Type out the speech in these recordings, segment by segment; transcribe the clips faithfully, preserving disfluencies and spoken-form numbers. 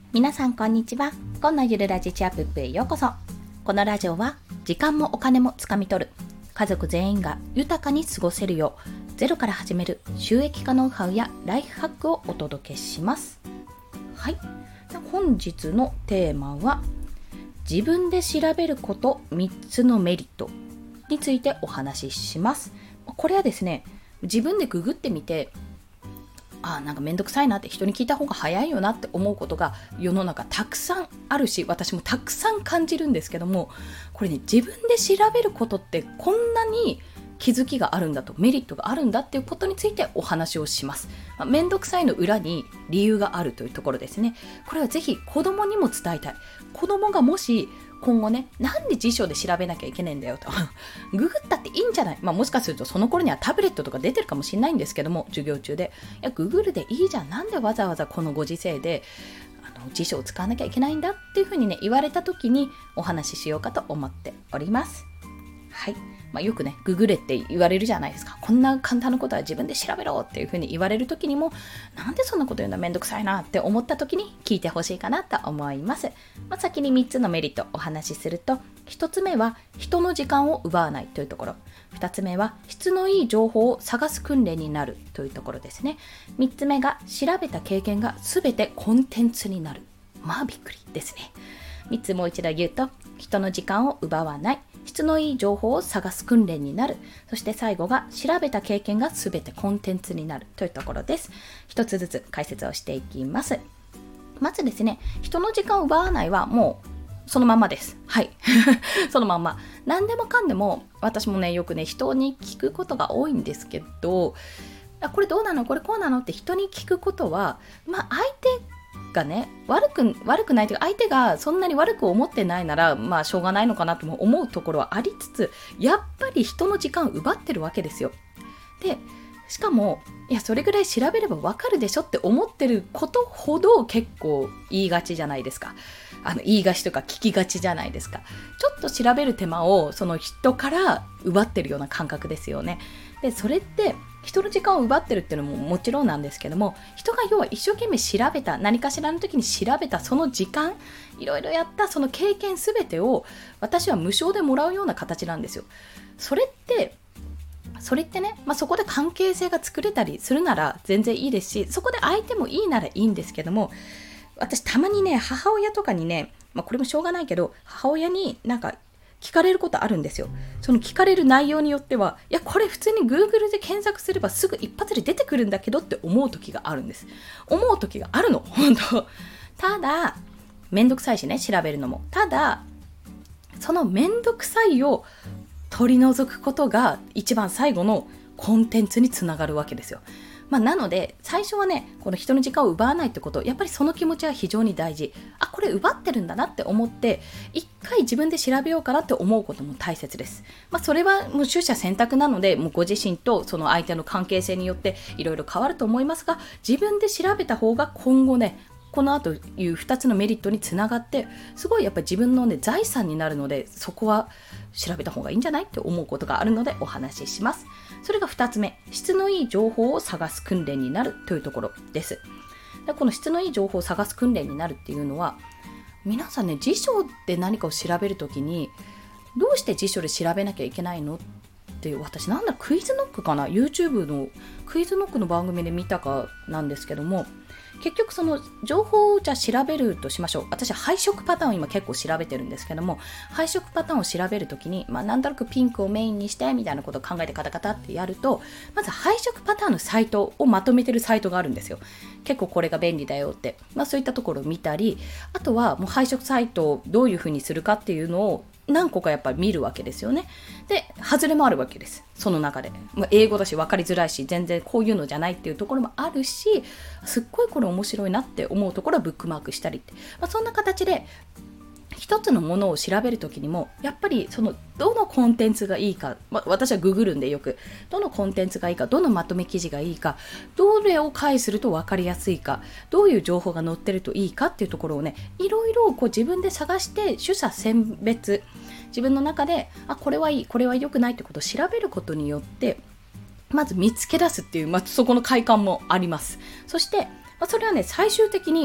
皆さんこんにちは。今のゆるラジチアップへようこそ。このラジオは時間もお金もつかみ取る、家族全員が豊かに過ごせるようゼロから始める収益化ノウハウやライフハックをお届けします。はい、本日のテーマは自分で調べることみっつのメリットについてお話しします。これはですね、自分でググってみてあーなんかめんどくさいなって、人に聞いた方が早いよなって思うことが世の中たくさんあるし、私もたくさん感じるんですけども、これね、自分で調べることってこんなに気づきがあるんだと、メリットがあるんだっていうことについてお話をします。まあ、めんどくさいの裏に理由があるというところですね。これはぜひ子供にも伝えたい。子供がもし今後ね、なんで辞書で調べなきゃいけないんだよとググったっていいんじゃない、まあ、もしかするとその頃にはタブレットとか出てるかもしれないんですけども、授業中でいやググるでいいじゃん、なんでわざわざこのご時世であの辞書を使わなきゃいけないんだっていうふうにね言われた時にお話ししようかと思っております。はい、まあ、よくねググれって言われるじゃないですか。こんな簡単なことは自分で調べろっていう風に言われる時にも、なんでそんなこと言うのめんどくさいなって思った時に聞いてほしいかなと思います。まあ、先にみっつのメリットをお話しすると、ひとつめは人の時間を奪わないというところ、ふたつめは質のいい情報を探す訓練になるというところですね。みっつめが調べた経験がすべてコンテンツになる。まあびっくりですね。みっつもう一度言うと、人の時間を奪わない、質のいい情報を探す訓練になる、そして最後が調べた経験がすべてコンテンツになるというところです。一つずつ解説をしていきます。まずですね、人の時間を奪わないはもうそのまんまです。はいそのまんま、何でもかんでも、私もねよくね人に聞くことが多いんですけど、これどうなのこれこうなのって人に聞くことは、まあ相手がね悪く悪くないというか、相手がそんなに悪く思ってないならまあしょうがないのかなとも思うところはありつつ、やっぱり人の時間を奪ってるわけですよ。でしかも、いやそれぐらい調べればわかるでしょって思ってることほど結構言いがちじゃないですか。あの言いがちとか聞きがちじゃないですか。ちょっと調べる手間をその人から奪ってるような感覚ですよね。でそれって人の時間を奪ってるっていうのももちろんなんですけども、人が要は一生懸命調べた、何かしらの時に調べたその時間、いろいろやったその経験すべてを私は無償でもらうような形なんですよ。それってそれってね、まあ、そこで関係性が作れたりするなら全然いいですし、そこで相手もいいならいいんですけども、私たまにね母親とかにね、まあ、これもしょうがないけど母親になんか聞かれることあるんですよ。その聞かれる内容によっては、いやこれ普通に Google で検索すればすぐ一発で出てくるんだけどって思う時があるんです。思う時があるの本当。ただめんどくさいしね、調べるのも。ただそのめんどくさいを取り除くことが一番最後のコンテンツにつながるわけですよ。まあ、なので最初はね、この人の時間を奪わないってこと、やっぱりその気持ちは非常に大事。あ、これ奪ってるんだなって思って一回自分で調べようかなって思うことも大切です。まあ、それはもう取捨選択なので、もうご自身とその相手の関係性によっていろいろ変わると思いますが、自分で調べた方が今後ね、この後いうふたつのメリットにつながって、すごいやっぱり自分の、ね、財産になるので、そこは調べた方がいいんじゃないって思うことがあるのでお話しします。それがふたつめ、質のいい情報を探す訓練になるというところです。でこの質のいい情報を探す訓練になるっていうのは、皆さんね、辞書で何かを調べるときにどうして辞書で調べなきゃいけないのっていう、私なんだクイズノックかな、 YouTube のクイズノックの番組で見たかなんですけども、結局その情報をじゃあ調べるとしましょう。私は配色パターンを今結構調べてるんですけども、配色パターンを調べるときに、まあ、なんとなくピンクをメインにしてみたいなことを考えてカタカタってやると、まず配色パターンのサイトをまとめてるサイトがあるんですよ。結構これが便利だよって、まあ、そういったところを見たり、あとはもう配色サイトをどういうふうにするかっていうのを何個かやっぱり見るわけですよね。で、外れもあるわけです。その中で、まあ、英語だし分かりづらいし、全然こういうのじゃないっていうところもあるし、すっごいこれ面白いなって思うところはブックマークしたりって、まあ、そんな形で一つのものを調べるときにも、やっぱりそのどのコンテンツがいいか、まあ、私はググるんでよく、どのコンテンツがいいか、どのまとめ記事がいいか、どれを返すると分かりやすいか、どういう情報が載ってるといいかっていうところをね、いろいろこう自分で探して取捨選別、自分の中であこれはいいこれは良くないってことを調べることによってまず見つけ出すっていう、まあ、そこの快感もあります。そして、まあ、それはね最終的に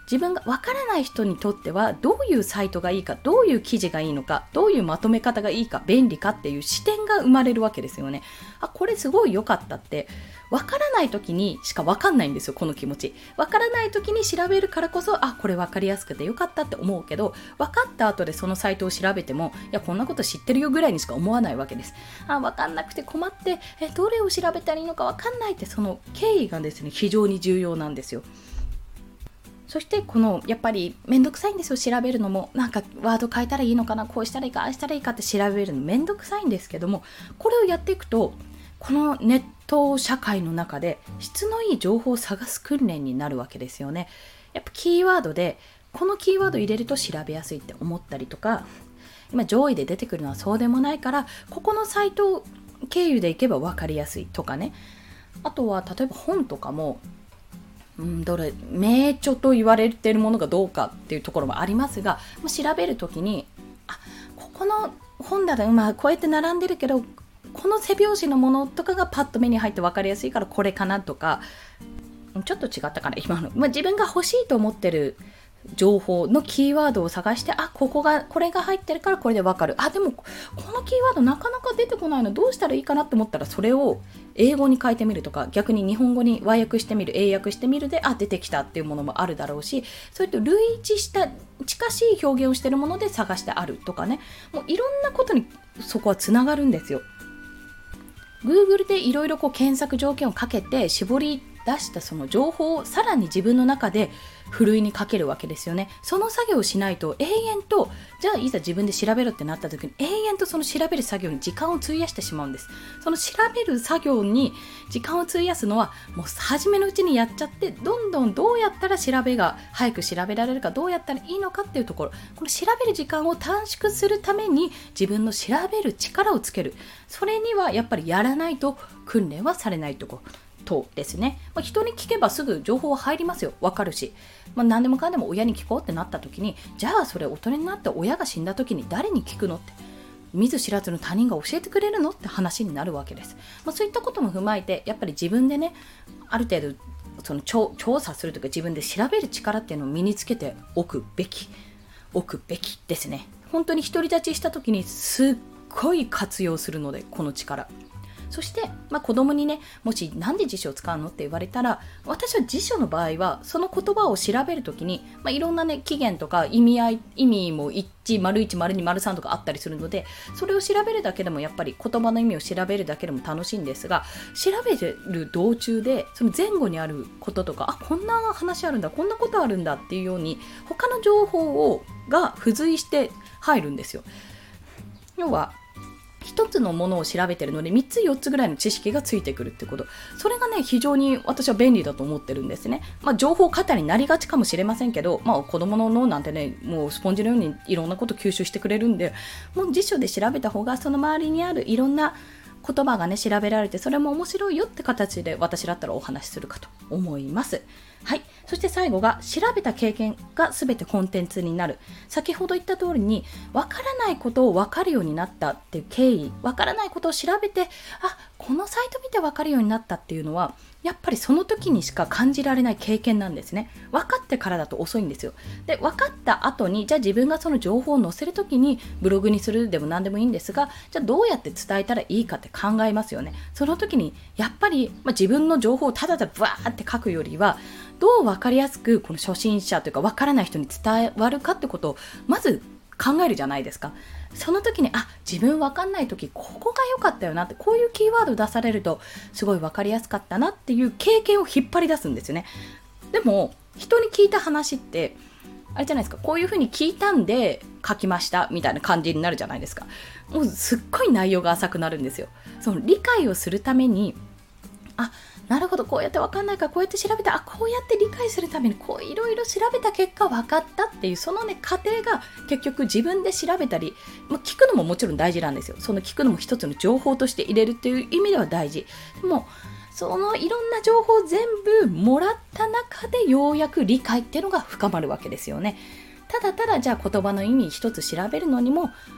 自分がわからない人にとってはどういうサイトがいいか、どういう記事がいいのか、どういうまとめ方がいいか、便利かっていう視点が生まれるわけですよね。あ、これすごい良かったって、わからない時にしかわかんないんですよ、この気持ち。わからない時に調べるからこそ、あ、これわかりやすくて良かったって思うけど、わかった後でそのサイトを調べても、いや、こんなこと知ってるよぐらいにしか思わないわけです。あ、わかんなくて困って、え、どれを調べたらいいのかわかんないって、その経緯がですね、非常に重要なんですよ。そしてこのやっぱりめんどくさいんですよ、調べるのも。なんかワード変えたらいいのかな、こうしたらいいか、ああしたらいいかって調べるのめんどくさいんですけども、これをやっていくと、このネット社会の中で質のいい情報を探す訓練になるわけですよね。やっぱキーワードでこのキーワード入れると調べやすいって思ったりとか、今上位で出てくるのはそうでもないから、ここのサイト経由でいけば分かりやすいとかね。あとは例えば本とかも、うん、どれ名著と言われているものがどうかっていうところもありますが、調べるときに、あ、ここの本棚、まあ、こうやって並んでるけど、この背表紙のものとかがパッと目に入って分かりやすいからこれかなとか、ちょっと違ったかな今の、まあ、自分が欲しいと思ってる情報のキーワードを探して、あ、ここがこれが入ってるからこれで分かる、あ、でもこのキーワードなかなか出てこないの、どうしたらいいかなと思ったら、それを英語に変えてみるとか、逆に日本語に和訳してみる、英訳してみるで、あ、出てきたっていうものもあるだろうし、それと類似した近しい表現をしているもので探してあるとかね、もういろんなことにそこはつながるんですよ。Google でいろいろ検索条件をかけて絞り出したその情報をさらに自分の中でふるいにかけるわけですよね。その作業をしないと永遠と、じゃあいざ自分で調べろってなった時に永遠とその調べる作業に時間を費やしてしまうんです。その調べる作業に時間を費やすのはもう初めのうちにやっちゃって、どんどんどうやったら調べが早く調べられるか、どうやったらいいのかっていうところ、この調べる時間を短縮するために自分の調べる力をつける、それにはやっぱりやらないと訓練はされないところとですね。まあ、人に聞けばすぐ情報は入りますよ、わかるし、まあ、何でもかんでも親に聞こうってなった時に、じゃあそれ大人になって親が死んだ時に誰に聞くのって、見ず知らずの他人が教えてくれるのって話になるわけです。まあ、そういったことも踏まえて、やっぱり自分でね、ある程度その 調, 調査するとか自分で調べる力っていうのを身につけておくべき置くべきですね。本当に独り立ちした時にすっごい活用するので、この力。そして、まあ、子供にね、もしなんで辞書を使うのって言われたら、私は辞書の場合はその言葉を調べるときに、まあ、いろんなね起源とか意味合い意味もいち、丸いち、丸に、丸さんとかあったりするので、それを調べるだけでもやっぱり言葉の意味を調べるだけでも楽しいんですが、調べる道中でその前後にあることとか、あ、こんな話あるんだ、こんなことあるんだっていうように他の情報をが付随して入るんですよ。要は一つのものを調べてるのでみっつよっつぐらいの知識がついてくるってこと、それがね非常に私は便利だと思ってるんですね。まあ、情報過多になりがちかもしれませんけど、まあ、子供の脳なんてねもうスポンジのようにいろんなこと吸収してくれるんで、もう辞書で調べた方がその周りにあるいろんな言葉がね調べられて、それも面白いよって形で私だったらお話しするかと思います。はい。そして最後が、調べた経験が全てコンテンツになる。先ほど言った通りに、わからないことを分かるようになったっていう経緯、わからないことを調べて、あ、このサイト見て分かるようになったっていうのは、やっぱりその時にしか感じられない経験なんですね。分かってからだと遅いんですよ。で、分かった後に、じゃあ自分がその情報を載せる時にブログにするでも何でもいいんですが、じゃあどうやって伝えたらいいかって考えますよね。その時にやっぱり、まあ、自分の情報をただただブワーって書くよりは、どう分かりやすくこの初心者というか分からない人に伝わるかってことをまず考えるじゃないですか。その時に、あ、自分分かんない時ここが良かったよなって、こういうキーワード出されるとすごい分かりやすかったなっていう経験を引っ張り出すんですよね。でも人に聞いた話ってあれじゃないですか、こういう風に聞いたんで書きましたみたいな感じになるじゃないですか。もうすっごい内容が浅くなるんですよ。その理解をするために、あ、なるほど、こうやって分かんないからこうやって調べた、あ、こうやって理解するためにこういろいろ調べた結果分かったっていう、そのね過程が結局自分で調べたり、まあ、聞くのももちろん大事なんですよ。その聞くのも一つの情報として入れるっていう意味では大事。でもそのいろんな情報を全部もらった中でようやく理解っていうのが深まるわけですよね。ただただじゃあ言葉の意味一つ調べるのにも、あ、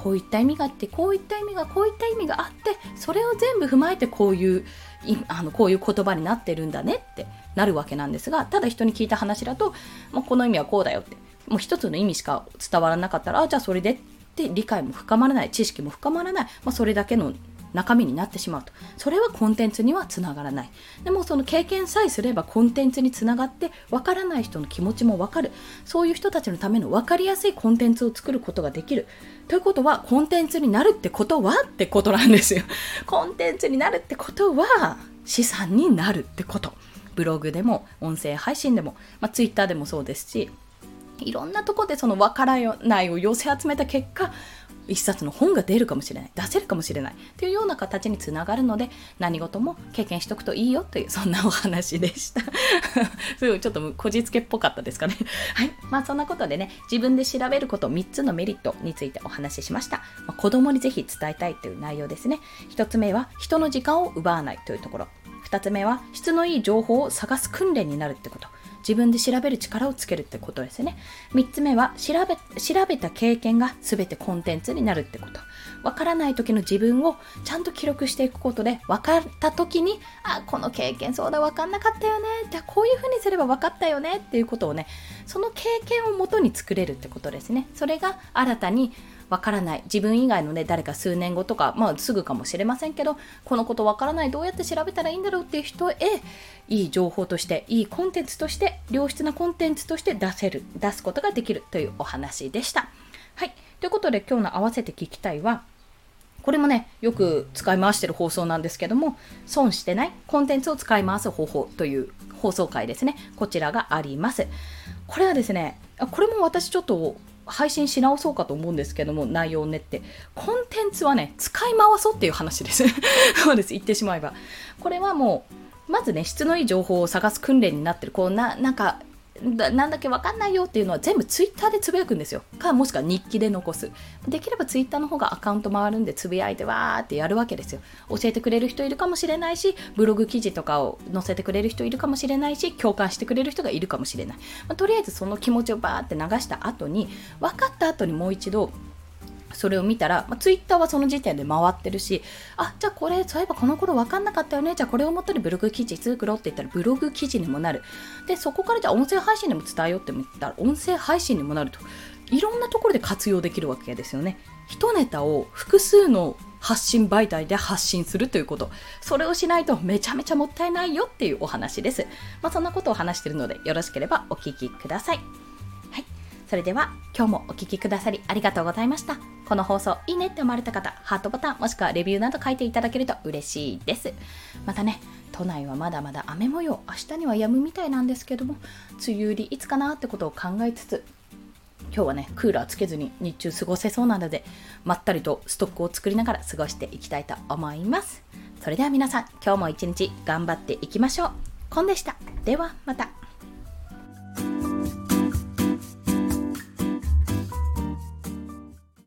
こういった意味があって、こういった意味がこういった意味があって、それを全部踏まえてこういうあのこういう言葉になってるんだねってなるわけなんですが、ただ人に聞いた話だと、もうこの意味はこうだよって、もう一つの意味しか伝わらなかったら、あじゃあそれでって理解も深まらない、知識も深まらない、まあ、それだけの中身になってしまうと、それはコンテンツにはつながらない。でもその経験さえすればコンテンツにつながって、わからない人の気持ちもわかる、そういう人たちのためのわかりやすいコンテンツを作ることができるということは、コンテンツになるってことはってことなんですよ。コンテンツになるってことは資産になるってこと。ブログでも音声配信でも、まあ、ツイッターでもそうですし、いろんなところでそのわからないを寄せ集めた結果、一冊の本が出るかもしれない、出せるかもしれないというような形につながるので、何事も経験しとくといいよという、そんなお話でしたすごいちょっとこじつけっぽかったですかねはい、まあそんなことでね、自分で調べることみっつのメリットについてお話ししました。まあ、子供にぜひ伝えたいという内容ですね。ひとつめは人の時間を奪わないというところ、ふたつめは質のいい情報を探す訓練になるってこと、自分で調べる力をつけるってことですね。みっつめは調べ、調べた経験が全てコンテンツになるってこと。わからない時の自分をちゃんと記録していくことで、わかった時に、あ、この経験そうだ、わかんなかったよね、じゃあこういう風にすればわかったよねっていうことをね、その経験をもとに作れるってことですね。それが新たにわからない自分以外のね、誰か数年後とか、まあすぐかもしれませんけど、このことわからない、どうやって調べたらいいんだろうっていう人へ、いい情報として、いいコンテンツとして、良質なコンテンツとして出せる、出すことができるというお話でした。はい、ということで今日の合わせて聞きたいは、これもね、よく使い回している放送なんですけども、損してないコンテンツを使い回す方法という放送回ですね。こちらがあります。これはですね、これも私ちょっと配信し直そうかと思うんですけども、内容を練って、コンテンツはね、使い回そうっていう話ですそうです、言ってしまえば。これはもうまずね、質のいい情報を探す訓練になってる、こうな、なんかだなんだっけわかんないよっていうのは全部ツイッターでつぶやくんですよ。かもしくは日記で残す。できればツイッターの方がアカウント回るんで、つぶやいてわーってやるわけですよ。教えてくれる人いるかもしれないし、ブログ記事とかを載せてくれる人いるかもしれないし、共感してくれる人がいるかもしれない。まあ、とりあえずその気持ちをバーって流した後に、分かった後にもう一度それを見たら、まあ、ツイッターはその時点で回ってるし、あ、じゃあこれそういえばこの頃分かんなかったよね、じゃあこれをもとにブログ記事作ろうって言ったらブログ記事にもなる。でそこからじゃあ音声配信でも伝えようって言ったら音声配信にもなると、いろんなところで活用できるわけですよね。一ネタを複数の発信媒体で発信するということ、それをしないとめちゃめちゃもったいないよっていうお話です。まあ、そんなことを話しているので、よろしければお聞きください。はい、それでは今日もお聞きくださりありがとうございました。この放送いいねって思われた方、ハートボタンもしくはレビューなど書いていただけると嬉しいです。またね、都内はまだまだ雨模様、明日には止むみたいなんですけども、梅雨入りいつかなってことを考えつつ、今日はねクーラーつけずに日中過ごせそうなので、まったりとストックを作りながら過ごしていきたいと思います。それでは皆さん、今日も一日頑張っていきましょう。コンでした。ではまた。